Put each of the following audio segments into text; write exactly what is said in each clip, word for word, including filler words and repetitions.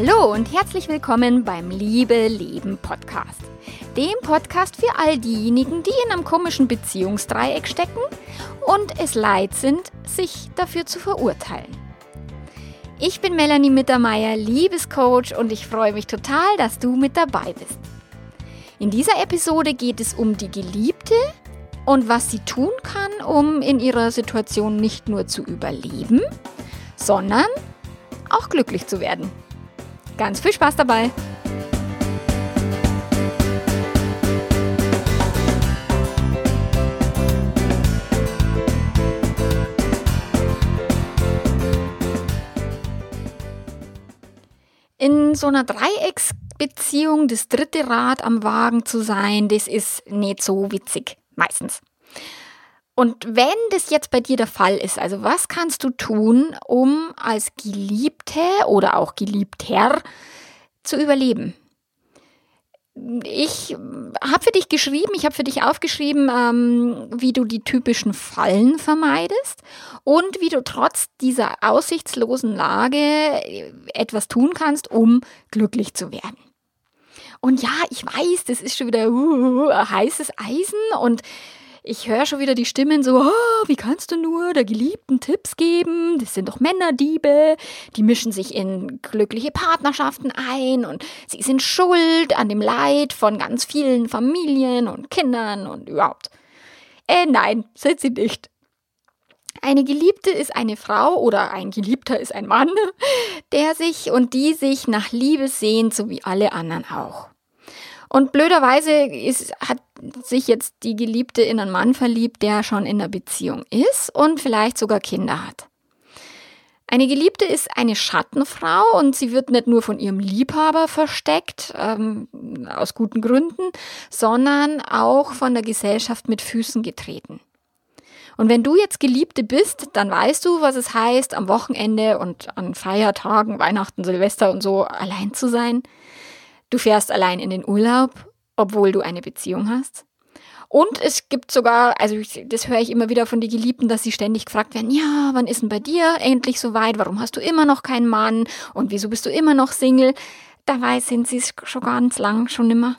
Hallo und herzlich willkommen beim Liebe Leben Podcast. Dem Podcast für all diejenigen, die in einem komischen Beziehungsdreieck stecken und es leid sind, sich dafür zu verurteilen. Ich bin Melanie Mittermeier, Liebescoach, und ich freue mich total, dass du mit dabei bist. In dieser Episode geht es um die Geliebte und was sie tun kann, um in ihrer Situation nicht nur zu überleben, sondern auch glücklich zu werden. Ganz viel Spaß dabei! In so einer Dreiecksbeziehung das dritte Rad am Wagen zu sein, das ist nicht so witzig, meistens. Und wenn das jetzt bei dir der Fall ist, also was kannst du tun, um als Geliebte oder auch Geliebter zu überleben? Ich habe für dich geschrieben, ich habe für dich aufgeschrieben, ähm, wie du die typischen Fallen vermeidest und wie du trotz dieser aussichtslosen Lage etwas tun kannst, um glücklich zu werden. Und ja, ich weiß, das ist schon wieder uh, heißes Eisen und ich höre schon wieder die Stimmen so, oh, wie kannst du nur der Geliebten Tipps geben? Das sind doch Männerdiebe, die mischen sich in glückliche Partnerschaften ein und sie sind schuld an dem Leid von ganz vielen Familien und Kindern und überhaupt. Äh, nein, sind sie nicht. Eine Geliebte ist eine Frau oder ein Geliebter ist ein Mann, der sich und die sich nach Liebe sehnt, so wie alle anderen auch. Und blöderweise ist, hat sich jetzt die Geliebte in einen Mann verliebt, der schon in einer Beziehung ist und vielleicht sogar Kinder hat. Eine Geliebte ist eine Schattenfrau und sie wird nicht nur von ihrem Liebhaber versteckt, ähm, aus guten Gründen, sondern auch von der Gesellschaft mit Füßen getreten. Und wenn du jetzt Geliebte bist, dann weißt du, was es heißt, am Wochenende und an Feiertagen, Weihnachten, Silvester und so allein zu sein. Du fährst allein in den Urlaub, obwohl du eine Beziehung hast. Und es gibt sogar, also das höre ich immer wieder von den Geliebten, dass sie ständig gefragt werden, ja, wann ist denn bei dir endlich soweit? Warum hast du immer noch keinen Mann? Und wieso bist du immer noch Single? Dabei sind sie es schon ganz lang, schon nimmer.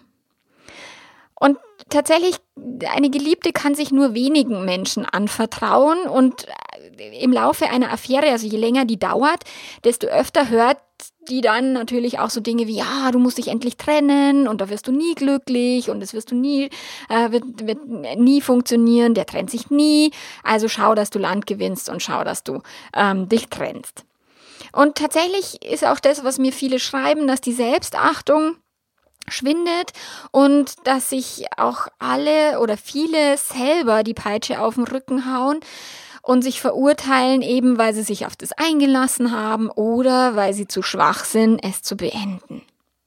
Und tatsächlich, eine Geliebte kann sich nur wenigen Menschen anvertrauen und im Laufe einer Affäre, also je länger die dauert, desto öfter hört die dann natürlich auch so Dinge wie, ja, du musst dich endlich trennen und da wirst du nie glücklich und das wirst du nie, äh, wird, wird nie funktionieren, der trennt sich nie, also schau, dass du Land gewinnst und schau, dass du ähm, dich trennst. Und tatsächlich ist auch das, was mir viele schreiben, dass die Selbstachtung schwindet und dass sich auch alle oder viele selber die Peitsche auf den Rücken hauen und sich verurteilen, eben weil sie sich auf das eingelassen haben oder weil sie zu schwach sind, es zu beenden.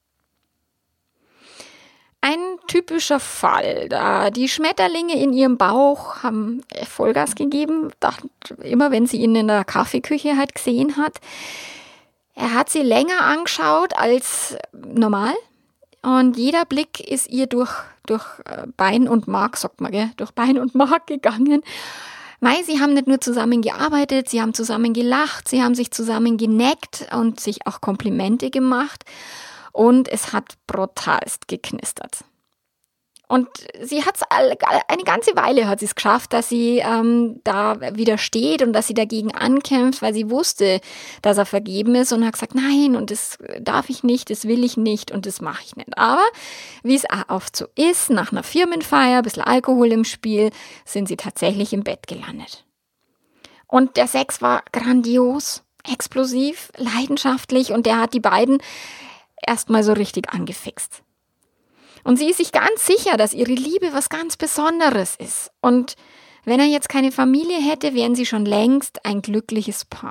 Ein typischer Fall, da die Schmetterlinge in ihrem Bauch haben Vollgas gegeben, immer wenn sie ihn in der Kaffeeküche halt gesehen hat. Er hat sie länger angeschaut als normal. Und jeder Blick ist ihr durch, durch Bein und Mark, sagt man, gell? durch Bein und Mark gegangen. Weil sie haben nicht nur zusammen gearbeitet, sie haben zusammen gelacht, sie haben sich zusammen geneckt und sich auch Komplimente gemacht. Und es hat brutalst geknistert. Und sie hat es eine ganze Weile hat sie es geschafft, dass sie ähm, da widersteht und dass sie dagegen ankämpft, weil sie wusste, dass er vergeben ist und hat gesagt, nein, und das darf ich nicht, das will ich nicht und das mache ich nicht. Aber wie es auch oft so ist, nach einer Firmenfeier, ein bisschen Alkohol im Spiel, sind sie tatsächlich im Bett gelandet. Und der Sex war grandios, explosiv, leidenschaftlich und der hat die beiden erstmal so richtig angefixt. Und sie ist sich ganz sicher, dass ihre Liebe was ganz Besonderes ist. Und wenn er jetzt keine Familie hätte, wären sie schon längst ein glückliches Paar.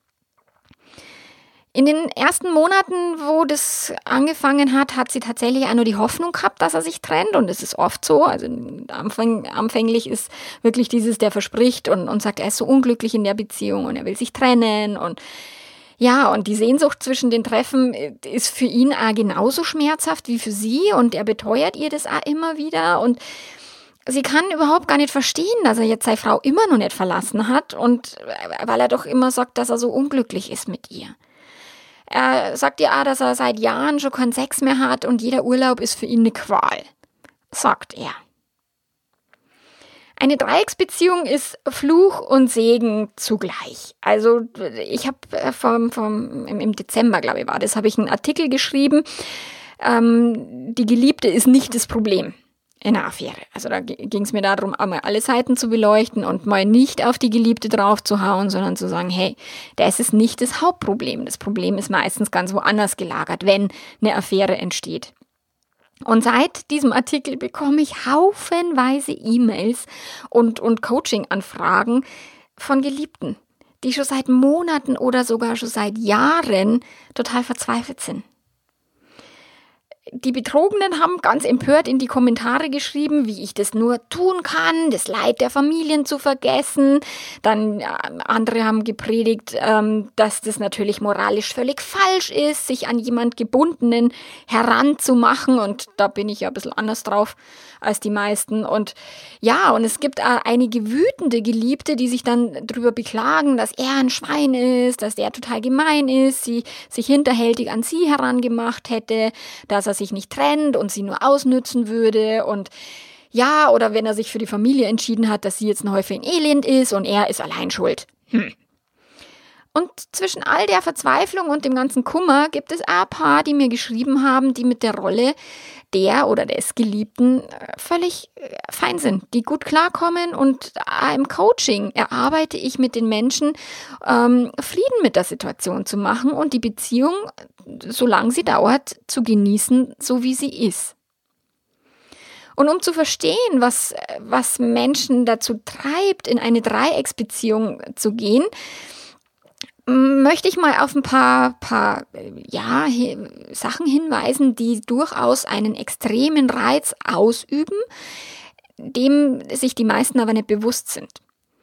In den ersten Monaten, wo das angefangen hat, hat sie tatsächlich auch nur die Hoffnung gehabt, dass er sich trennt. Und es ist oft so. Also anfäng, anfänglich ist wirklich dieses, der verspricht und, und sagt, er ist so unglücklich in der Beziehung und er will sich trennen und ja, und die Sehnsucht zwischen den Treffen ist für ihn auch genauso schmerzhaft wie für sie und er beteuert ihr das auch immer wieder und sie kann überhaupt gar nicht verstehen, dass er jetzt seine Frau immer noch nicht verlassen hat und weil er doch immer sagt, dass er so unglücklich ist mit ihr. Er sagt ihr auch, dass er seit Jahren schon keinen Sex mehr hat und jeder Urlaub ist für ihn eine Qual, sagt er. Eine Dreiecksbeziehung ist Fluch und Segen zugleich. Also ich habe vom, vom, im Dezember, glaube ich, war das, habe ich einen Artikel geschrieben, ähm, die Geliebte ist nicht das Problem in einer Affäre. Also da ging es mir darum, einmal alle Seiten zu beleuchten und mal nicht auf die Geliebte drauf zu hauen, sondern zu sagen, hey, das ist nicht das Hauptproblem. Das Problem ist meistens ganz woanders gelagert, wenn eine Affäre entsteht. Und seit diesem Artikel bekomme ich haufenweise E-Mails und, und Coaching-Anfragen von Geliebten, die schon seit Monaten oder sogar schon seit Jahren total verzweifelt sind. Die Betrogenen haben ganz empört in die Kommentare geschrieben, wie ich das nur tun kann, das Leid der Familien zu vergessen. Dann äh, andere haben gepredigt, ähm, dass das natürlich moralisch völlig falsch ist, sich an jemand Gebundenen heranzumachen. Und da bin ich ja ein bisschen anders drauf als die meisten. Und ja, und es gibt äh, einige wütende Geliebte, die sich dann darüber beklagen, dass er ein Schwein ist, dass der total gemein ist, sie sich hinterhältig an sie herangemacht hätte, dass er sich nicht trennt und sie nur ausnützen würde und ja, oder wenn er sich für die Familie entschieden hat, dass sie jetzt ein Häufchen Elend ist und er ist allein schuld. Hm. Und zwischen all der Verzweiflung und dem ganzen Kummer gibt es ein paar, die mir geschrieben haben, die mit der Rolle der oder des Geliebten völlig fein sind, die gut klarkommen und im Coaching erarbeite ich mit den Menschen, ähm, Frieden mit der Situation zu machen und die Beziehung, solange sie dauert, zu genießen, so wie sie ist. Und um zu verstehen, was, was Menschen dazu treibt, in eine Dreiecksbeziehung zu gehen, möchte ich mal auf ein paar, paar ja, Sachen hinweisen, die durchaus einen extremen Reiz ausüben, dem sich die meisten aber nicht bewusst sind.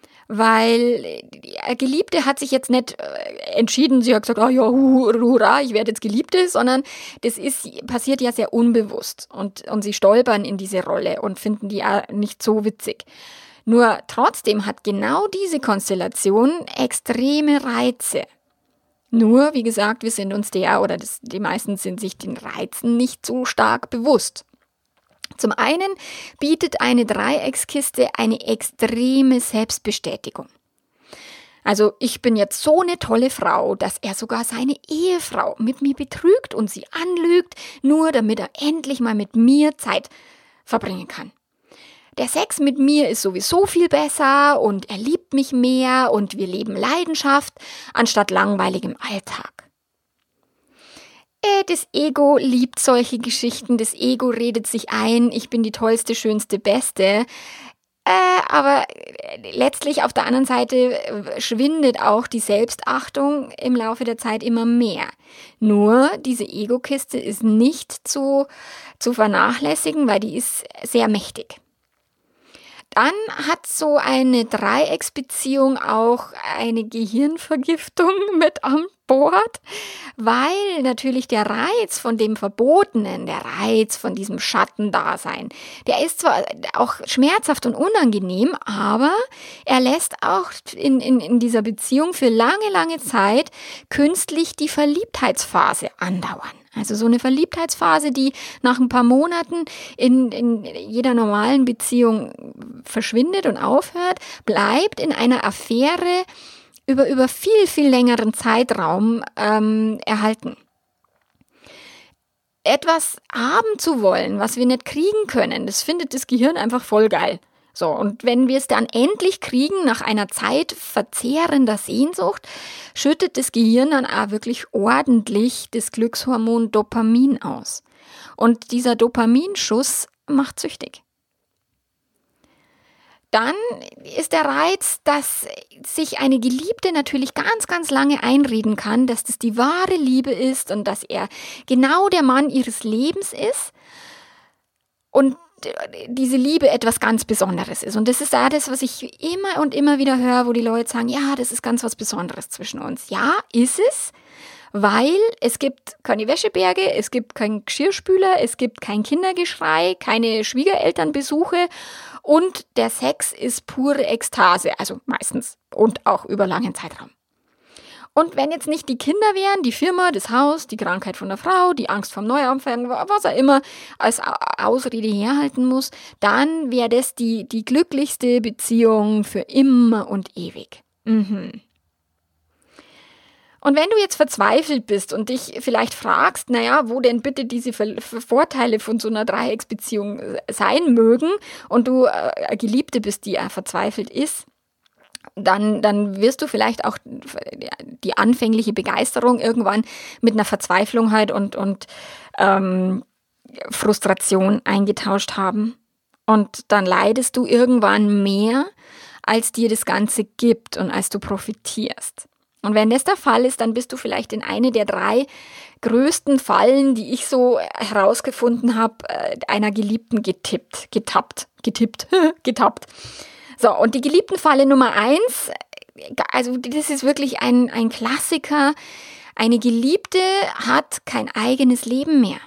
Weil die Geliebte hat sich jetzt nicht entschieden, sie hat gesagt, oh ja, hurra, ich werde jetzt Geliebte, sondern das ist passiert ja sehr unbewusst und, und sie stolpern in diese Rolle und finden die auch nicht so witzig. Nur trotzdem hat genau diese Konstellation extreme Reize. Nur, wie gesagt, wir sind uns der oder das, die meisten sind sich den Reizen nicht so stark bewusst. Zum einen bietet eine Dreieckskiste eine extreme Selbstbestätigung. Also ich bin jetzt so eine tolle Frau, dass er sogar seine Ehefrau mit mir betrügt und sie anlügt, nur damit er endlich mal mit mir Zeit verbringen kann. Der Sex mit mir ist sowieso viel besser und er liebt mich mehr und wir leben Leidenschaft anstatt langweiligem Alltag. Äh, das Ego liebt solche Geschichten, das Ego redet sich ein, ich bin die tollste, schönste, beste. Äh, aber letztlich auf der anderen Seite schwindet auch die Selbstachtung im Laufe der Zeit immer mehr. Nur diese Ego-Kiste ist nicht zu, zu vernachlässigen, weil die ist sehr mächtig. Dann hat so eine Dreiecksbeziehung auch eine Gehirnvergiftung mit an Bord, weil natürlich der Reiz von dem Verbotenen, der Reiz von diesem Schattendasein, der ist zwar auch schmerzhaft und unangenehm, aber er lässt auch in, in, in dieser Beziehung für lange, lange Zeit künstlich die Verliebtheitsphase andauern. Also so eine Verliebtheitsphase, die nach ein paar Monaten in, in jeder normalen Beziehung verschwindet und aufhört, bleibt in einer Affäre über, über viel, viel längeren Zeitraum ähm, erhalten. Etwas haben zu wollen, was wir nicht kriegen können, das findet das Gehirn einfach voll geil. So, und wenn wir es dann endlich kriegen, nach einer Zeit verzehrender Sehnsucht, schüttet das Gehirn dann auch wirklich ordentlich das Glückshormon Dopamin aus. Und dieser Dopaminschuss macht süchtig. Dann ist der Reiz, dass sich eine Geliebte natürlich ganz, ganz lange einreden kann, dass das die wahre Liebe ist und dass er genau der Mann ihres Lebens ist und diese Liebe etwas ganz Besonderes ist. Und das ist auch das, was ich immer und immer wieder höre, wo die Leute sagen, ja, das ist ganz was Besonderes zwischen uns. Ja, ist es, weil es gibt keine Wäscheberge, es gibt keinen Geschirrspüler, es gibt kein Kindergeschrei, keine Schwiegerelternbesuche und der Sex ist pure Ekstase, also meistens und auch über langen Zeitraum. Und wenn jetzt nicht die Kinder wären, die Firma, das Haus, die Krankheit von der Frau, die Angst vom Neuanfang, was er immer als Ausrede herhalten muss, dann wäre das die, die glücklichste Beziehung für immer und ewig. Mhm. Und wenn du jetzt verzweifelt bist und dich vielleicht fragst, naja, wo denn bitte diese Vorteile von so einer Dreiecksbeziehung sein mögen und du eine Geliebte bist, die verzweifelt ist, Dann, dann wirst du vielleicht auch die anfängliche Begeisterung irgendwann mit einer Verzweiflung halt und, und ähm, Frustration eingetauscht haben. Und dann leidest du irgendwann mehr, als dir das Ganze gibt und als du profitierst. Und wenn das der Fall ist, dann bist du vielleicht in eine der drei größten Fallen, die ich so herausgefunden habe, einer Geliebten getippt, getappt, getippt, getappt. So, und die Geliebtenfalle Nummer eins, also das ist wirklich ein, ein Klassiker. Eine Geliebte hat kein eigenes Leben mehr.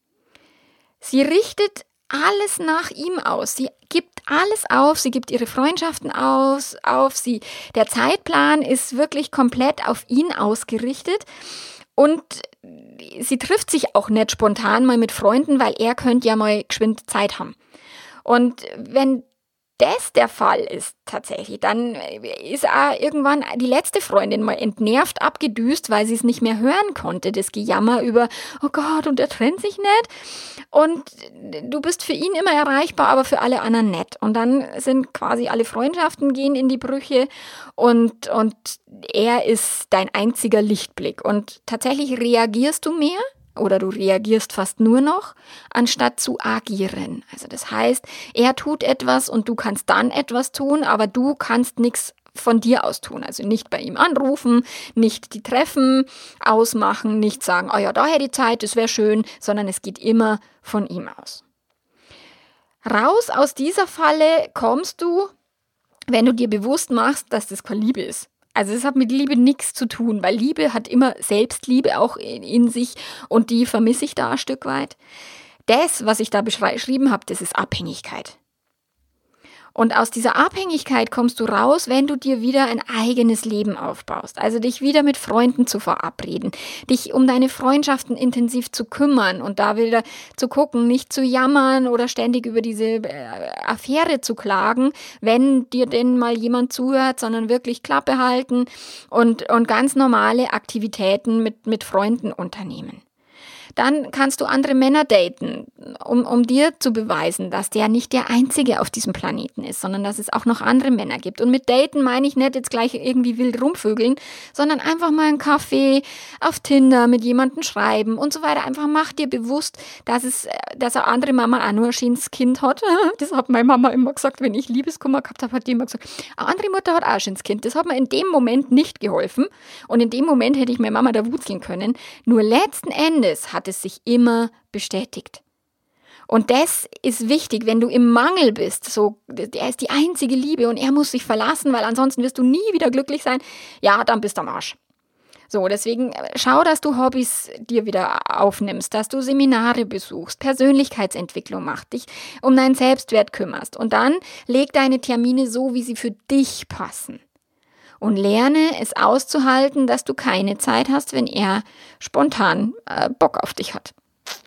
Sie richtet alles nach ihm aus. Sie gibt alles auf. Sie gibt ihre Freundschaften aus, auf. Sie, der Zeitplan ist wirklich komplett auf ihn ausgerichtet. Und sie trifft sich auch nicht spontan mal mit Freunden, weil er könnte ja mal geschwind Zeit haben. Und wenn das der Fall ist tatsächlich, dann ist auch irgendwann die letzte Freundin mal entnervt abgedüst, weil sie es nicht mehr hören konnte, das Gejammer über, oh Gott, und er trennt sich nicht. Und du bist für ihn immer erreichbar, aber für alle anderen nicht. Und dann sind quasi alle Freundschaften gehen in die Brüche und, und er ist dein einziger Lichtblick. Und tatsächlich reagierst du mehr oder du reagierst fast nur noch, anstatt zu agieren. Also das heißt, er tut etwas und du kannst dann etwas tun, aber du kannst nichts von dir aus tun. Also nicht bei ihm anrufen, nicht die Treffen ausmachen, nicht sagen, oh ja, da hätte ich Zeit, das wäre schön, sondern es geht immer von ihm aus. Raus aus dieser Falle kommst du, wenn du dir bewusst machst, dass das keine Liebe ist. Also es hat mit Liebe nichts zu tun, weil Liebe hat immer Selbstliebe auch in, in sich und die vermisse ich da ein Stück weit. Das, was ich da beschrieben habe, das ist Abhängigkeit. Und aus dieser Abhängigkeit kommst du raus, wenn du dir wieder ein eigenes Leben aufbaust. Also dich wieder mit Freunden zu verabreden, dich um deine Freundschaften intensiv zu kümmern und da wieder zu gucken, nicht zu jammern oder ständig über diese Affäre zu klagen, wenn dir denn mal jemand zuhört, sondern wirklich Klappe halten und, und ganz normale Aktivitäten mit, mit Freunden unternehmen. Dann kannst du andere Männer daten, um, um dir zu beweisen, dass der nicht der Einzige auf diesem Planeten ist, sondern dass es auch noch andere Männer gibt. Und mit daten meine ich nicht jetzt gleich irgendwie wild rumvögeln, sondern einfach mal einen Kaffee auf Tinder mit jemandem schreiben und so weiter. Einfach mach dir bewusst, dass es, dass eine andere Mama auch nur ein schönes Kind hat. Das hat meine Mama immer gesagt, wenn ich Liebeskummer gehabt habe, hat die immer gesagt, eine andere Mutter hat auch ein schönes Kind. Das hat mir in dem Moment nicht geholfen und in dem Moment hätte ich meine Mama da wutzeln können. Nur letzten Endes hat es sich immer bestätigt. Und das ist wichtig, wenn du im Mangel bist, so, er ist die einzige Liebe und er muss sich verlassen, weil ansonsten wirst du nie wieder glücklich sein, ja, dann bist du am Arsch. So, deswegen schau, dass du Hobbys dir wieder aufnimmst, dass du Seminare besuchst, Persönlichkeitsentwicklung machst, dich um deinen Selbstwert kümmerst und dann leg deine Termine so, wie sie für dich passen. Und lerne es auszuhalten, dass du keine Zeit hast, wenn er spontan äh, Bock auf dich hat.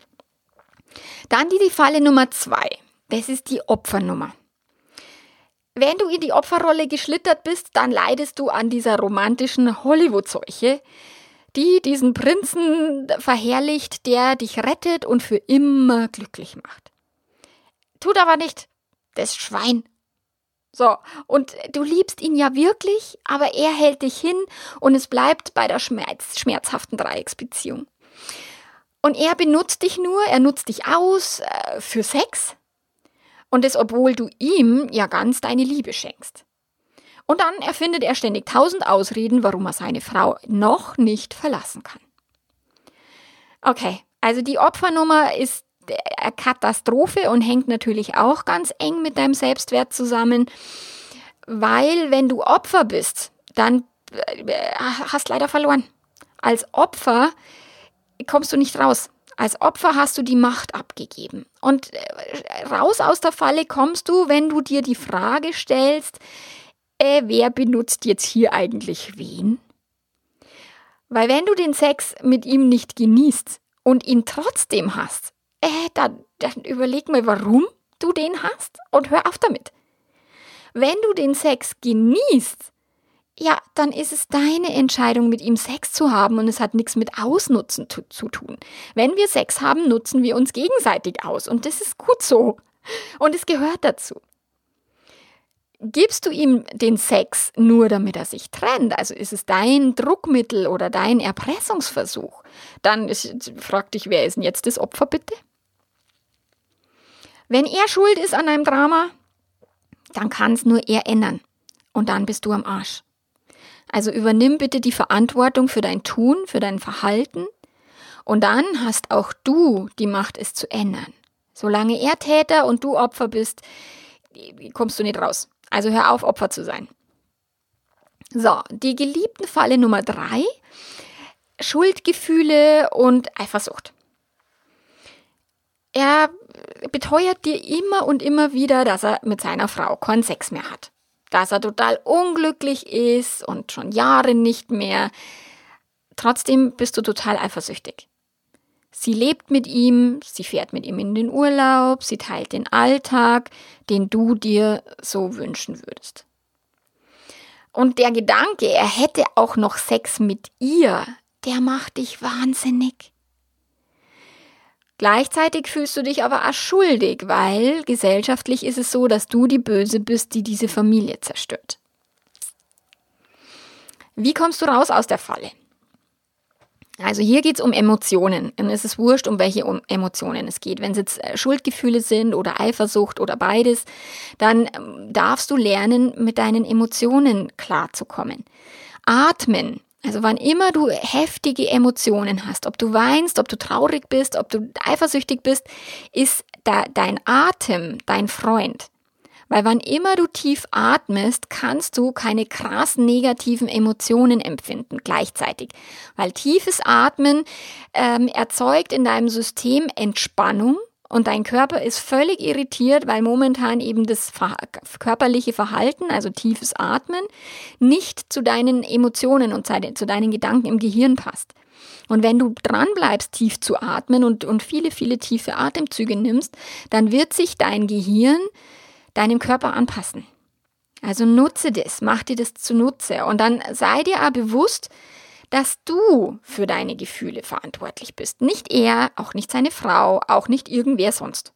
Dann die, die Falle Nummer zwei. Das ist die Opfernummer. Wenn du in die Opferrolle geschlittert bist, dann leidest du an dieser romantischen Hollywood-Seuche, die diesen Prinzen verherrlicht, der dich rettet und für immer glücklich macht. Tut aber nicht das Schwein. So, und du liebst ihn ja wirklich, aber er hält dich hin und es bleibt bei der Schmerz, schmerzhaften Dreiecksbeziehung. Und er benutzt dich nur, er nutzt dich aus äh, für Sex und das, obwohl du ihm ja ganz deine Liebe schenkst. Und dann erfindet er ständig tausend Ausreden, warum er seine Frau noch nicht verlassen kann. Okay, also die Opfernummer ist eine Katastrophe und hängt natürlich auch ganz eng mit deinem Selbstwert zusammen, weil wenn du Opfer bist, dann hast du leider verloren. Als Opfer kommst du nicht raus. Als Opfer hast du die Macht abgegeben. Und raus aus der Falle kommst du, wenn du dir die Frage stellst, äh, wer benutzt jetzt hier eigentlich wen? Weil wenn du den Sex mit ihm nicht genießt und ihn trotzdem hast, äh, dann, dann überleg mal, warum du den hast und hör auf damit. Wenn du den Sex genießt, ja, dann ist es deine Entscheidung, mit ihm Sex zu haben und es hat nichts mit Ausnutzen zu, zu tun. Wenn wir Sex haben, nutzen wir uns gegenseitig aus und das ist gut so und es gehört dazu. Gibst du ihm den Sex nur, damit er sich trennt, also ist es dein Druckmittel oder dein Erpressungsversuch, dann ist, frag dich, wer ist denn jetzt das Opfer bitte? Wenn er schuld ist an einem Drama, dann kann es nur er ändern und dann bist du am Arsch. Also übernimm bitte die Verantwortung für dein Tun, für dein Verhalten und dann hast auch du die Macht, es zu ändern. Solange er Täter und du Opfer bist, kommst du nicht raus. Also hör auf, Opfer zu sein. So, die geliebten Falle Nummer drei, Schuldgefühle und Eifersucht. Er beteuert dir immer und immer wieder, dass er mit seiner Frau keinen Sex mehr hat. Dass er total unglücklich ist und schon Jahre nicht mehr. Trotzdem bist du total eifersüchtig. Sie lebt mit ihm, sie fährt mit ihm in den Urlaub, sie teilt den Alltag, den du dir so wünschen würdest. Und der Gedanke, er hätte auch noch Sex mit ihr, der macht dich wahnsinnig. Gleichzeitig fühlst du dich aber auch schuldig, weil gesellschaftlich ist es so, dass du die Böse bist, die diese Familie zerstört. Wie kommst du raus aus der Falle? Also hier geht es um Emotionen und es ist wurscht, um welche Emotionen es geht. Wenn es jetzt Schuldgefühle sind oder Eifersucht oder beides, dann darfst du lernen, mit deinen Emotionen klarzukommen. Atmen. Also wann immer du heftige Emotionen hast, ob du weinst, ob du traurig bist, ob du eifersüchtig bist, ist da dein Atem dein Freund. Weil wann immer du tief atmest, kannst du keine krassen negativen Emotionen empfinden gleichzeitig. Weil tiefes Atmen ähm, erzeugt in deinem System Entspannung und dein Körper ist völlig irritiert, weil momentan eben das ver- körperliche Verhalten, also tiefes Atmen, nicht zu deinen Emotionen und zu deinen Gedanken im Gehirn passt. Und wenn du dran bleibst, tief zu atmen und, und viele, viele tiefe Atemzüge nimmst, dann wird sich dein Gehirn deinem Körper anpassen. Also nutze das, mach dir das zunutze und dann sei dir auch bewusst, dass du für deine Gefühle verantwortlich bist. Nicht er, auch nicht seine Frau, auch nicht irgendwer sonst.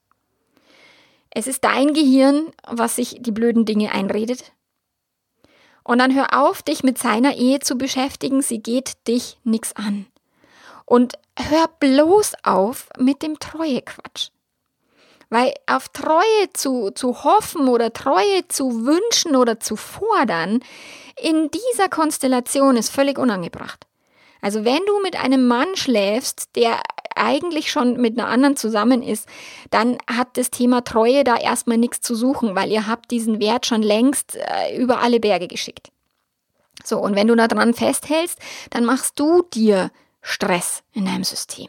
Es ist dein Gehirn, was sich die blöden Dinge einredet. Und dann hör auf, dich mit seiner Ehe zu beschäftigen, sie geht dich nichts an. Und hör bloß auf mit dem Treuequatsch. Weil auf Treue zu, zu hoffen oder Treue zu wünschen oder zu fordern, in dieser Konstellation ist völlig unangebracht. Also wenn du mit einem Mann schläfst, der eigentlich schon mit einer anderen zusammen ist, dann hat das Thema Treue da erstmal nichts zu suchen, weil ihr habt diesen Wert schon längst äh, über alle Berge geschickt. So, und wenn du da dran festhältst, dann machst du dir Stress in deinem System.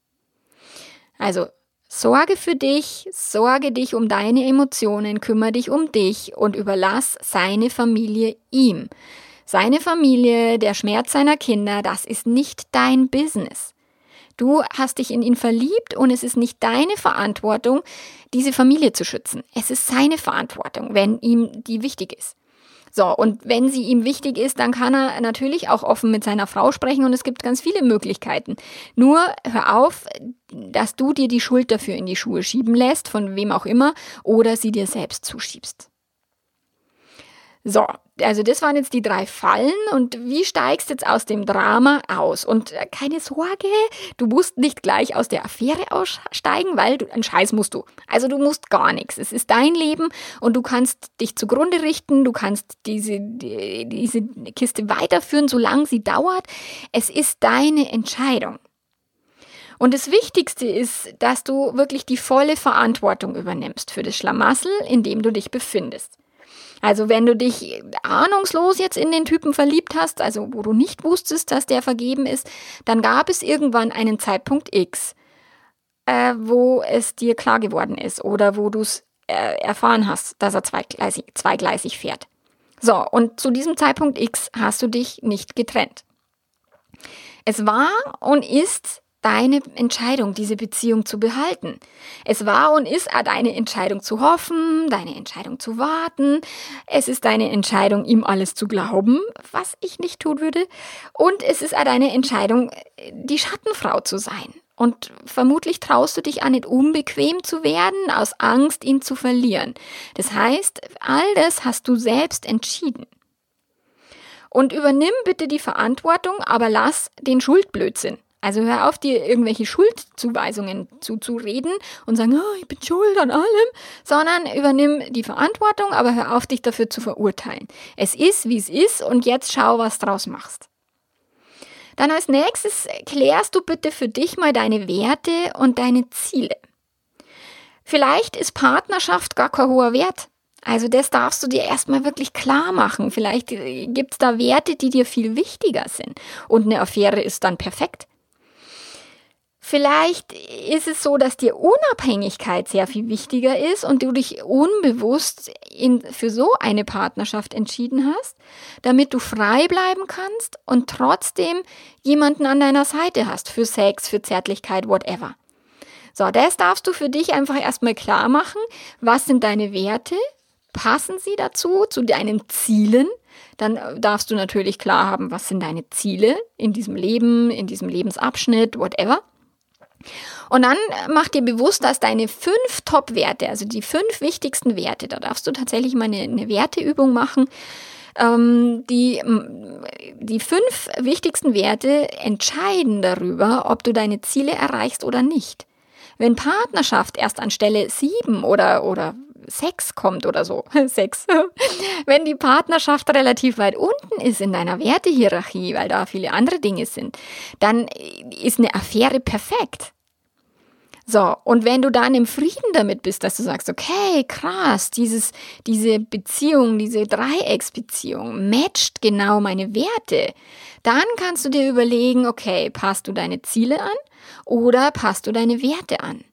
Also sorge für dich, sorge dich um deine Emotionen, kümmere dich um dich und überlass seine Familie ihm. Seine Familie, der Schmerz seiner Kinder, das ist nicht dein Business. Du hast dich in ihn verliebt und es ist nicht deine Verantwortung, diese Familie zu schützen. Es ist seine Verantwortung, wenn ihm die wichtig ist. So, und wenn sie ihm wichtig ist, dann kann er natürlich auch offen mit seiner Frau sprechen und es gibt ganz viele Möglichkeiten. Nur hör auf, dass du dir die Schuld dafür in die Schuhe schieben lässt, von wem auch immer, oder sie dir selbst zuschiebst. So, also das waren jetzt die drei Fallen und wie steigst du jetzt aus dem Drama aus? Und keine Sorge, du musst nicht gleich aus der Affäre aussteigen, weil du, einen Scheiß musst du. Also du musst gar nichts. Es ist dein Leben und du kannst dich zugrunde richten, du kannst diese, die, diese Kiste weiterführen, solange sie dauert. Es ist deine Entscheidung. Und das Wichtigste ist, dass du wirklich die volle Verantwortung übernimmst für das Schlamassel, in dem du dich befindest. Also wenn du dich ahnungslos jetzt in den Typen verliebt hast, also wo du nicht wusstest, dass der vergeben ist, dann gab es irgendwann einen Zeitpunkt X, äh, wo es dir klar geworden ist oder wo du es äh, erfahren hast, dass er zweigleisig, zweigleisig fährt. So, und zu diesem Zeitpunkt X hast du dich nicht getrennt. Es war und ist deine Entscheidung, diese Beziehung zu behalten. Es war und ist auch deine Entscheidung zu hoffen, deine Entscheidung zu warten. Es ist deine Entscheidung, ihm alles zu glauben, was ich nicht tun würde. Und es ist auch deine Entscheidung, die Schattenfrau zu sein. Und vermutlich traust du dich auch nicht, unbequem zu werden, aus Angst, ihn zu verlieren. Das heißt, all das hast du selbst entschieden. Und übernimm bitte die Verantwortung, aber lass den Schuldblödsinn. Also hör auf, dir irgendwelche Schuldzuweisungen zuzureden und sagen, oh, ich bin schuld an allem, sondern übernimm die Verantwortung, aber hör auf, dich dafür zu verurteilen. Es ist, wie es ist und jetzt schau, was draus machst. Dann als nächstes klärst du bitte für dich mal deine Werte und deine Ziele. Vielleicht ist Partnerschaft gar kein hoher Wert. Also das darfst du dir erstmal wirklich klar machen. Vielleicht gibt es da Werte, die dir viel wichtiger sind und eine Affäre ist dann perfekt. Vielleicht ist es so, dass dir Unabhängigkeit sehr viel wichtiger ist und du dich unbewusst in, für so eine Partnerschaft entschieden hast, damit du frei bleiben kannst und trotzdem jemanden an deiner Seite hast für Sex, für Zärtlichkeit, whatever. So, das darfst du für dich einfach erstmal klar machen. Was sind deine Werte? Passen sie dazu, zu deinen Zielen? Dann darfst du natürlich klar haben, was sind deine Ziele in diesem Leben, in diesem Lebensabschnitt, whatever. Und dann mach dir bewusst, dass deine fünf Top-Werte, also die fünf wichtigsten Werte, da darfst du tatsächlich mal eine, eine Werteübung machen, ähm, die, die fünf wichtigsten Werte entscheiden darüber, ob du deine Ziele erreichst oder nicht. Wenn Partnerschaft erst an Stelle sieben oder, oder sechs kommt oder so, sechs, wenn die Partnerschaft relativ weit unten ist in deiner Wertehierarchie, weil da viele andere Dinge sind, dann ist eine Affäre perfekt. So, und wenn du dann im Frieden damit bist, dass du sagst, okay, krass, dieses, diese Beziehung, diese Dreiecksbeziehung matcht genau meine Werte, dann kannst du dir überlegen, okay, passt du deine Ziele an oder passt du deine Werte an?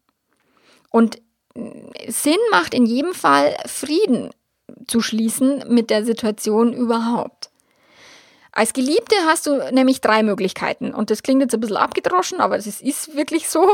Und Sinn macht in jedem Fall, Frieden zu schließen mit der Situation überhaupt. Als Geliebte hast du nämlich drei Möglichkeiten. Und das klingt jetzt ein bisschen abgedroschen, aber es ist wirklich so.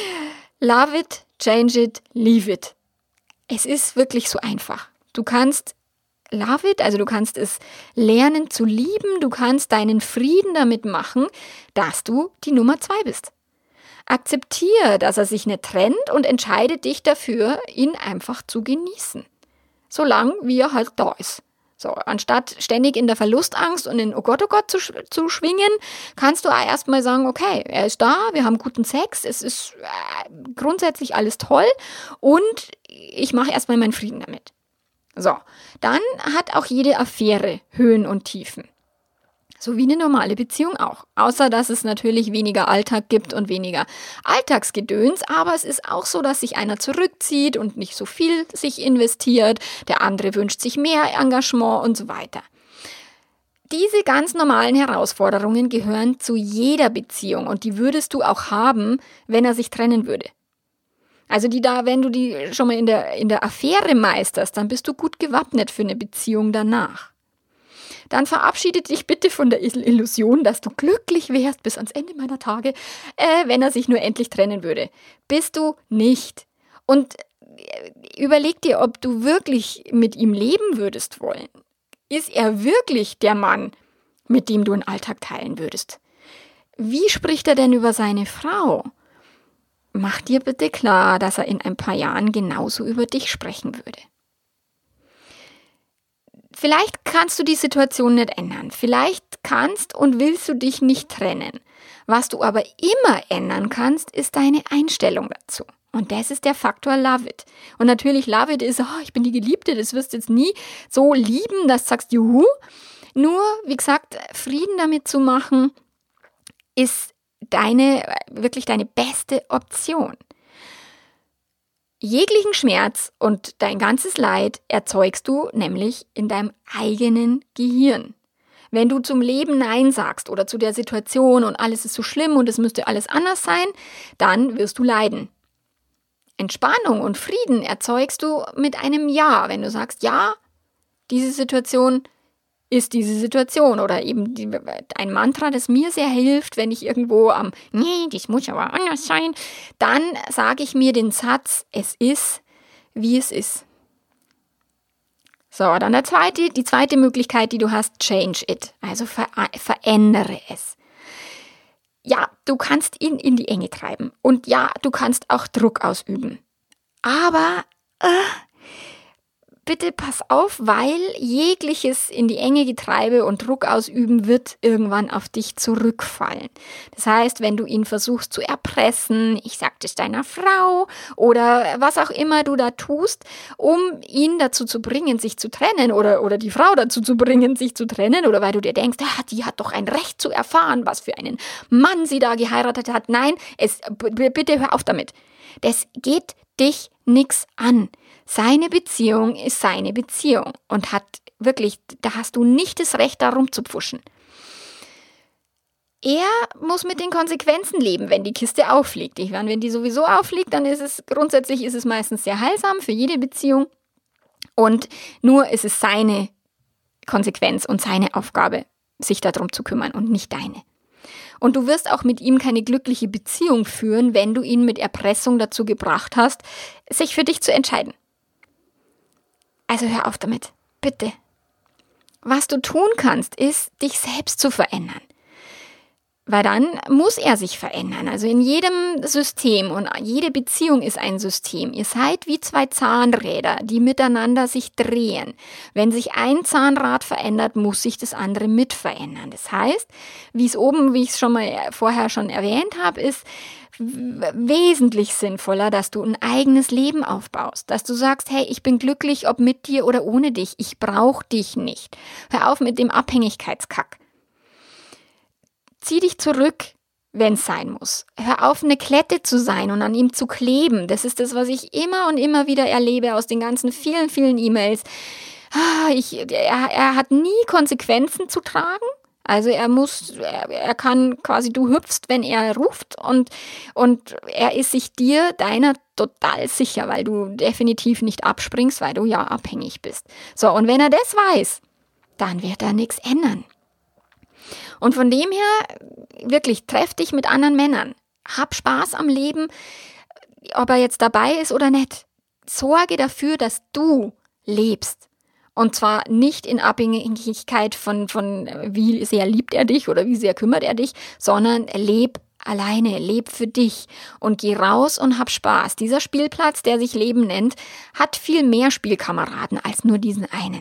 Love it, change it, leave it. Es ist wirklich so einfach. Du kannst love it, also du kannst es lernen zu lieben. Du kannst deinen Frieden damit machen, dass du die Nummer zwei bist. Akzeptiere, dass er sich nicht trennt und entscheide dich dafür, ihn einfach zu genießen. Solange wie er halt da ist. So, anstatt ständig in der Verlustangst und in Oh Gott, oh Gott zu, zu schwingen, kannst du auch erstmal sagen, okay, er ist da, wir haben guten Sex, es ist äh, grundsätzlich alles toll und ich mache erstmal meinen Frieden damit. So, dann hat auch jede Affäre Höhen und Tiefen. So wie eine normale Beziehung auch. Außer, dass es natürlich weniger Alltag gibt und weniger Alltagsgedöns. Aber es ist auch so, dass sich einer zurückzieht und nicht so viel sich investiert. Der andere wünscht sich mehr Engagement und so weiter. Diese ganz normalen Herausforderungen gehören zu jeder Beziehung. Und die würdest du auch haben, wenn er sich trennen würde. Also die da, wenn du die schon mal in der, in der Affäre meisterst, dann bist du gut gewappnet für eine Beziehung danach. Dann verabschiede dich bitte von der Illusion, dass du glücklich wärst bis ans Ende meiner Tage, äh, wenn er sich nur endlich trennen würde. Bist du nicht. Und überleg dir, ob du wirklich mit ihm leben würdest wollen. Ist er wirklich der Mann, mit dem du einen Alltag teilen würdest? Wie spricht er denn über seine Frau? Mach dir bitte klar, dass er in ein paar Jahren genauso über dich sprechen würde. Vielleicht kannst du die Situation nicht ändern. Vielleicht kannst und willst du dich nicht trennen. Was du aber immer ändern kannst, ist deine Einstellung dazu. Und das ist der Faktor Love It. Und natürlich Love It ist, oh, ich bin die Geliebte, das wirst du jetzt nie so lieben, dass du sagst, juhu. Nur, wie gesagt, Frieden damit zu machen, ist deine, wirklich deine beste Option. Jeglichen Schmerz und dein ganzes Leid erzeugst du nämlich in deinem eigenen Gehirn. Wenn du zum Leben Nein sagst oder zu der Situation und alles ist so schlimm und es müsste alles anders sein, dann wirst du leiden. Entspannung und Frieden erzeugst du mit einem Ja, wenn du sagst, ja, diese Situation ist diese Situation oder eben die, ein Mantra, das mir sehr hilft, wenn ich irgendwo am, nee, das muss aber anders sein, dann sage ich mir den Satz, es ist, wie es ist. So, dann der zweite, die zweite Möglichkeit, die du hast, change it, also ver- verändere es. Ja, du kannst ihn in die Enge treiben und ja, du kannst auch Druck ausüben, aber äh, bitte pass auf, weil jegliches in die Enge Getreibe und Druck ausüben wird irgendwann auf dich zurückfallen. Das heißt, wenn du ihn versuchst zu erpressen, ich sag das deiner Frau oder was auch immer du da tust, um ihn dazu zu bringen, sich zu trennen oder, oder die Frau dazu zu bringen, sich zu trennen oder weil du dir denkst, ah, die hat doch ein Recht zu erfahren, was für einen Mann sie da geheiratet hat. Nein, es, b- bitte hör auf damit. Das geht dich nix an. Seine Beziehung ist seine Beziehung und hat wirklich, da hast du nicht das Recht, da rumzupfuschen. Er muss mit den Konsequenzen leben, wenn die Kiste auffliegt. Ich meine, wenn die sowieso auffliegt, dann ist es, grundsätzlich ist es meistens sehr heilsam für jede Beziehung und nur ist es seine Konsequenz und seine Aufgabe, sich darum zu kümmern und nicht deine. Und du wirst auch mit ihm keine glückliche Beziehung führen, wenn du ihn mit Erpressung dazu gebracht hast, sich für dich zu entscheiden. Also hör auf damit, bitte. Was du tun kannst, ist, dich selbst zu verändern. Weil dann muss er sich verändern. Also in jedem System und jede Beziehung ist ein System. Ihr seid wie zwei Zahnräder, die miteinander sich drehen. Wenn sich ein Zahnrad verändert, muss sich das andere mit verändern. Das heißt, wie es oben, wie ich es schon mal vorher schon erwähnt habe, ist wesentlich sinnvoller, dass du ein eigenes Leben aufbaust. Dass du sagst, hey, ich bin glücklich, ob mit dir oder ohne dich. Ich brauche dich nicht. Hör auf mit dem Abhängigkeitskack. Zieh dich zurück, wenn es sein muss. Hör auf, eine Klette zu sein und an ihm zu kleben. Das ist das, was ich immer und immer wieder erlebe aus den ganzen vielen, vielen E-Mails. Ich, er, er hat nie Konsequenzen zu tragen. Also er muss, er, er kann quasi, du hüpfst, wenn er ruft und, und er ist sich dir, deiner total sicher, weil du definitiv nicht abspringst, weil du ja abhängig bist. So, und wenn er das weiß, dann wird er nichts ändern. Und von dem her, wirklich, treff dich mit anderen Männern. Hab Spaß am Leben, ob er jetzt dabei ist oder nicht. Sorge dafür, dass du lebst. Und zwar nicht in Abhängigkeit von, von wie sehr liebt er dich oder wie sehr kümmert er dich, sondern leb alleine, leb für dich und geh raus und hab Spaß. Dieser Spielplatz, der sich Leben nennt, hat viel mehr Spielkameraden als nur diesen einen.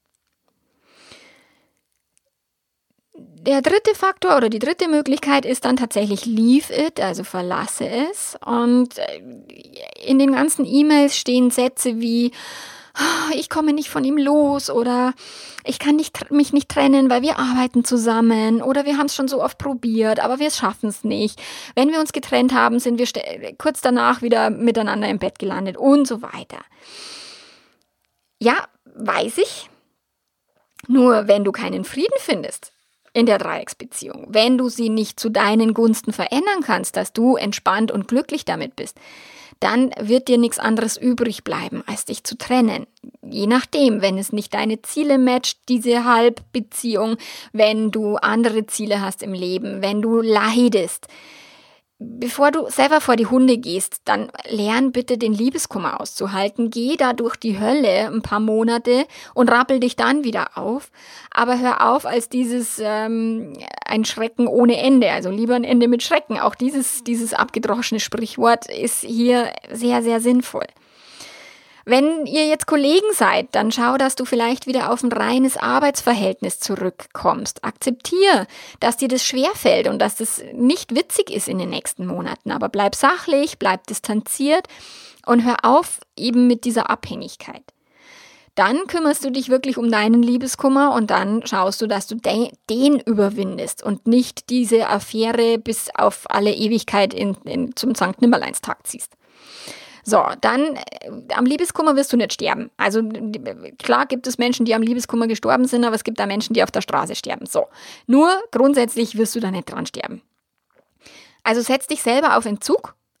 Der dritte Faktor oder die dritte Möglichkeit ist dann tatsächlich leave it, also verlasse es. Und in den ganzen E-Mails stehen Sätze wie, ich komme nicht von ihm los oder ich kann nicht, mich nicht trennen, weil wir arbeiten zusammen oder wir haben es schon so oft probiert, aber wir schaffen es nicht. Wenn wir uns getrennt haben, sind wir st- kurz danach wieder miteinander im Bett gelandet und so weiter. Ja, weiß ich. Nur wenn du keinen Frieden findest in der Dreiecksbeziehung, wenn du sie nicht zu deinen Gunsten verändern kannst, dass du entspannt und glücklich damit bist, dann wird dir nichts anderes übrig bleiben, als dich zu trennen. Je nachdem, wenn es nicht deine Ziele matcht, diese Halbbeziehung, wenn du andere Ziele hast im Leben, wenn du leidest. Bevor du selber vor die Hunde gehst, dann lern bitte den Liebeskummer auszuhalten. Geh da durch die Hölle ein paar Monate und rappel dich dann wieder auf. Aber hör auf als dieses ähm, ein Schrecken ohne Ende. Also lieber ein Ende mit Schrecken. Auch dieses, dieses abgedroschene Sprichwort ist hier sehr, sehr sinnvoll. Wenn ihr jetzt Kollegen seid, dann schau, dass du vielleicht wieder auf ein reines Arbeitsverhältnis zurückkommst. Akzeptier, dass dir das schwerfällt und dass das nicht witzig ist in den nächsten Monaten. Aber bleib sachlich, bleib distanziert und hör auf eben mit dieser Abhängigkeit. Dann kümmerst du dich wirklich um deinen Liebeskummer und dann schaust du, dass du de- den überwindest und nicht diese Affäre bis auf alle Ewigkeit in, in, zum Sankt Nimmerleinstag ziehst. So, dann äh, am Liebeskummer wirst du nicht sterben. Also klar gibt es Menschen, die am Liebeskummer gestorben sind, aber es gibt auch Menschen, die auf der Straße sterben. So, nur grundsätzlich wirst du da nicht dran sterben. Also setz dich selber auf Entzug,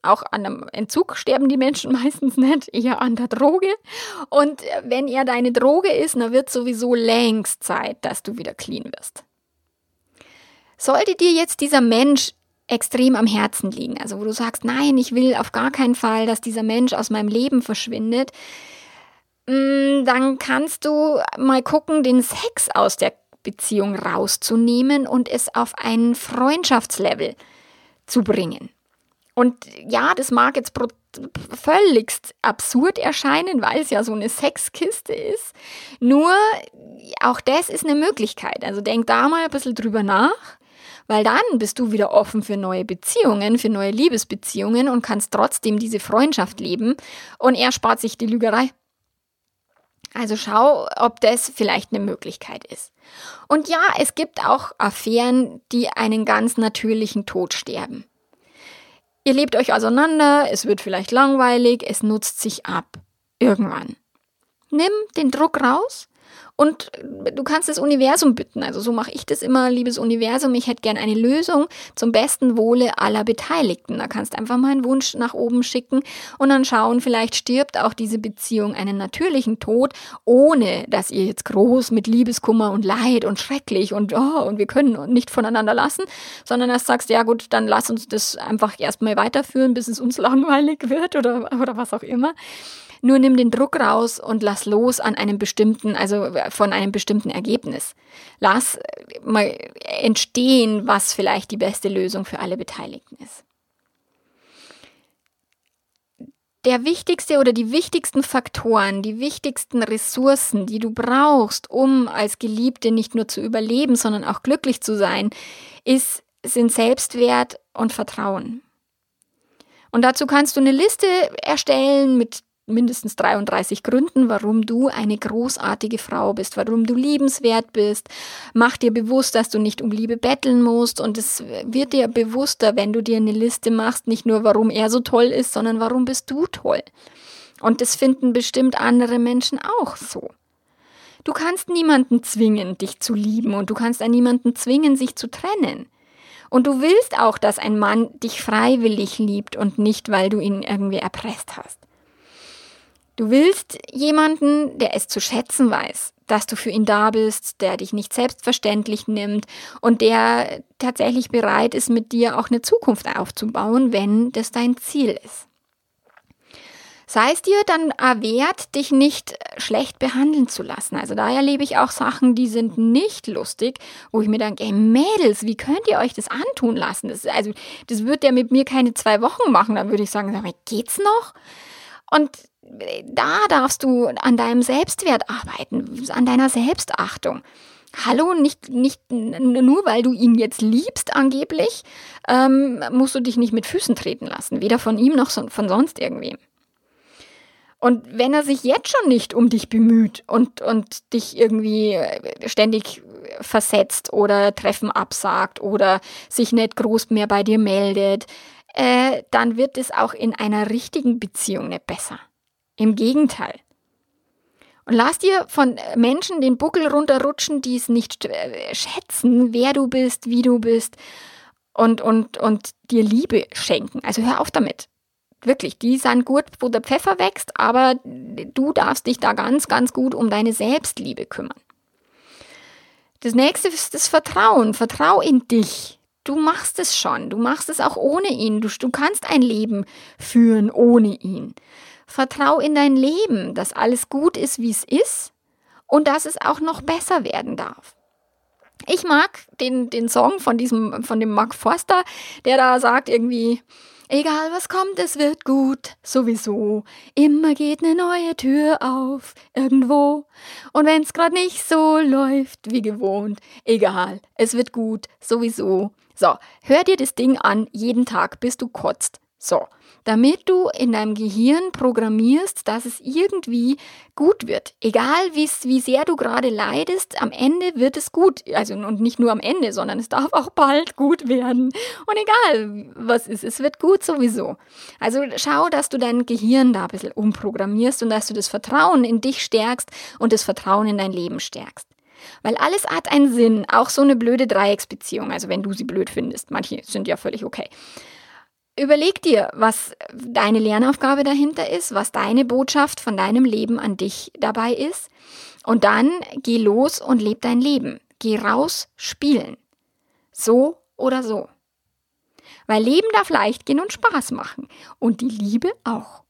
Auch an einem Entzug sterben die Menschen meistens nicht, eher an der Droge. Und wenn er deine Droge ist, dann wird sowieso längst Zeit, dass du wieder clean wirst. Sollte dir jetzt dieser Mensch extrem am Herzen liegen, also wo du sagst, nein, ich will auf gar keinen Fall, dass dieser Mensch aus meinem Leben verschwindet, dann kannst du mal gucken, den Sex aus der Beziehung rauszunehmen und es auf ein Freundschaftslevel zu bringen. Und ja, das mag jetzt pro- völligst absurd erscheinen, weil es ja so eine Sexkiste ist. Nur, auch das ist eine Möglichkeit. Also denk da mal ein bisschen drüber nach, weil dann bist du wieder offen für neue Beziehungen, für neue Liebesbeziehungen und kannst trotzdem diese Freundschaft leben und er spart sich die Lügerei. Also schau, ob das vielleicht eine Möglichkeit ist. Und ja, es gibt auch Affären, die einen ganz natürlichen Tod sterben. Ihr lebt euch auseinander, es wird vielleicht langweilig, es nutzt sich ab. Irgendwann. Nimm den Druck raus und du kannst das Universum bitten. Also so mache ich das immer, liebes Universum, ich hätte gern eine Lösung zum besten Wohle aller Beteiligten. Da kannst du einfach mal einen Wunsch nach oben schicken und dann schauen, vielleicht stirbt auch diese Beziehung einen natürlichen Tod, ohne dass ihr jetzt groß mit Liebeskummer und Leid und schrecklich und oh, und wir können nicht voneinander lassen, sondern erst sagst, ja gut, dann lass uns das einfach erstmal weiterführen, bis es uns langweilig wird oder, oder was auch immer. Nur nimm den Druck raus und lass los an einem bestimmten, also von einem bestimmten Ergebnis. Lass mal entstehen, was vielleicht die beste Lösung für alle Beteiligten ist. Der wichtigste oder die wichtigsten Faktoren, die wichtigsten Ressourcen, die du brauchst, um als Geliebte nicht nur zu überleben, sondern auch glücklich zu sein, ist, sind Selbstwert und Vertrauen. Und dazu kannst du eine Liste erstellen mit mindestens dreiunddreißig Gründen, warum du eine großartige Frau bist, warum du liebenswert bist. Mach dir bewusst, dass du nicht um Liebe betteln musst und es wird dir bewusster, wenn du dir eine Liste machst, nicht nur warum er so toll ist, sondern warum bist du toll. Und das finden bestimmt andere Menschen auch so. Du kannst niemanden zwingen, dich zu lieben und du kannst an niemanden zwingen, sich zu trennen. Und du willst auch, dass ein Mann dich freiwillig liebt und nicht, weil du ihn irgendwie erpresst hast. Du willst jemanden, der es zu schätzen weiß, dass du für ihn da bist, der dich nicht selbstverständlich nimmt und der tatsächlich bereit ist, mit dir auch eine Zukunft aufzubauen, wenn das dein Ziel ist. Sei es dir dann wert, dich nicht schlecht behandeln zu lassen. Also da erlebe ich auch Sachen, die sind nicht lustig, wo ich mir denke, ey Mädels, wie könnt ihr euch das antun lassen? Das, also, das wird der mit mir keine zwei Wochen machen. Dann würde ich sagen, sag mal, geht's noch? Und da darfst du an deinem Selbstwert arbeiten, an deiner Selbstachtung. Hallo, nicht, nicht nur weil du ihn jetzt liebst angeblich, ähm, musst du dich nicht mit Füßen treten lassen, weder von ihm noch von sonst irgendwem. Und wenn er sich jetzt schon nicht um dich bemüht und, und dich irgendwie ständig versetzt oder Treffen absagt oder sich nicht groß mehr bei dir meldet, äh, dann wird es auch in einer richtigen Beziehung nicht besser. Im Gegenteil. Und lass dir von Menschen den Buckel runterrutschen, die es nicht äh, schätzen, wer du bist, wie du bist und, und, und dir Liebe schenken. Also hör auf damit. Wirklich, die sind gut, wo der Pfeffer wächst, aber du darfst dich da ganz, ganz gut um deine Selbstliebe kümmern. Das nächste ist das Vertrauen. Vertrau in dich. Du machst es schon. Du machst es auch ohne ihn. Du, du kannst ein Leben führen ohne ihn. Vertrau in dein Leben, dass alles gut ist, wie es ist und dass es auch noch besser werden darf. Ich mag den, den Song von diesem, von dem Mark Forster, der da sagt irgendwie, egal was kommt, es wird gut, sowieso. Immer geht eine neue Tür auf, irgendwo. Und wenn es gerade nicht so läuft wie gewohnt, egal, es wird gut, sowieso. So, hör dir das Ding an, jeden Tag, bis du kotzt. So, damit du in deinem Gehirn programmierst, dass es irgendwie gut wird. Egal wie sehr du gerade leidest, am Ende wird es gut. Also und nicht nur am Ende, sondern es darf auch bald gut werden. Und egal was ist, es wird gut sowieso. Also schau, dass du dein Gehirn da ein bisschen umprogrammierst und dass du das Vertrauen in dich stärkst und das Vertrauen in dein Leben stärkst. Weil alles hat einen Sinn, auch so eine blöde Dreiecksbeziehung, also wenn du sie blöd findest. Manche sind ja völlig okay. überleg dir, was deine Lernaufgabe dahinter ist, was deine Botschaft von deinem Leben an dich dabei ist. Und dann geh los und leb dein Leben. Geh raus, spielen. So oder so. Weil Leben darf leicht gehen und Spaß machen. Und die Liebe auch.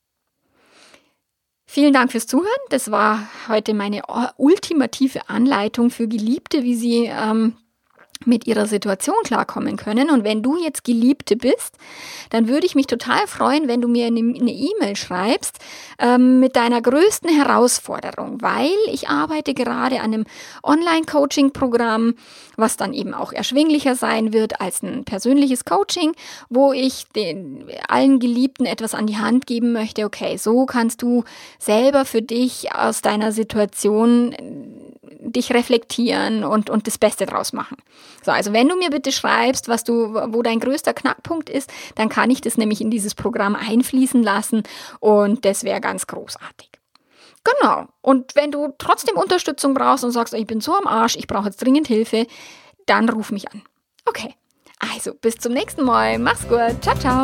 Vielen Dank fürs Zuhören. Das war heute meine ultimative Anleitung für Geliebte, wie sie ähm, mit ihrer Situation klarkommen können. Und wenn du jetzt Geliebte bist, dann würde ich mich total freuen, wenn du mir eine E-Mail schreibst ähm, mit deiner größten Herausforderung, weil ich arbeite gerade an einem Online-Coaching-Programm, was dann eben auch erschwinglicher sein wird als ein persönliches Coaching, wo ich den allen Geliebten etwas an die Hand geben möchte. Okay, so kannst du selber für dich aus deiner Situation dich reflektieren und, und das Beste draus machen. So, also wenn du mir bitte schreibst, was du, wo dein größter Knackpunkt ist, dann kann ich das nämlich in dieses Programm einfließen lassen und das wäre ganz großartig. Genau. Und wenn du trotzdem Unterstützung brauchst und sagst, ich bin so am Arsch, ich brauche jetzt dringend Hilfe, dann ruf mich an. Okay. Also, bis zum nächsten Mal. Mach's gut. Ciao, ciao.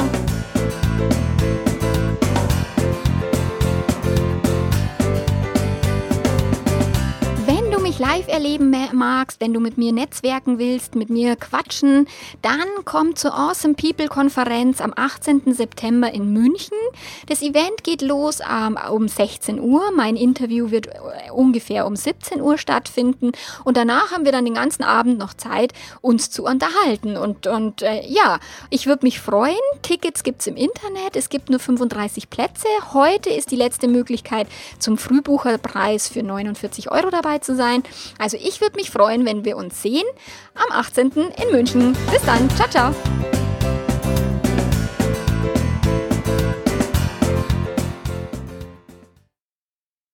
Live erleben magst, wenn du mit mir netzwerken willst, mit mir quatschen, dann komm zur Awesome People Konferenz am achtzehnten September in München. Das Event geht los ähm, um sechzehn Uhr. Mein Interview wird ungefähr um siebzehn Uhr stattfinden und danach haben wir dann den ganzen Abend noch Zeit, uns zu unterhalten. Und, und äh, ja, ich würde mich freuen. Tickets gibt's im Internet. Es gibt nur fünfunddreißig Plätze. Heute ist die letzte Möglichkeit, zum Frühbucherpreis für neunundvierzig Euro dabei zu sein. Also ich würde mich freuen, wenn wir uns sehen am achtzehnten in München. Bis dann. Ciao, ciao.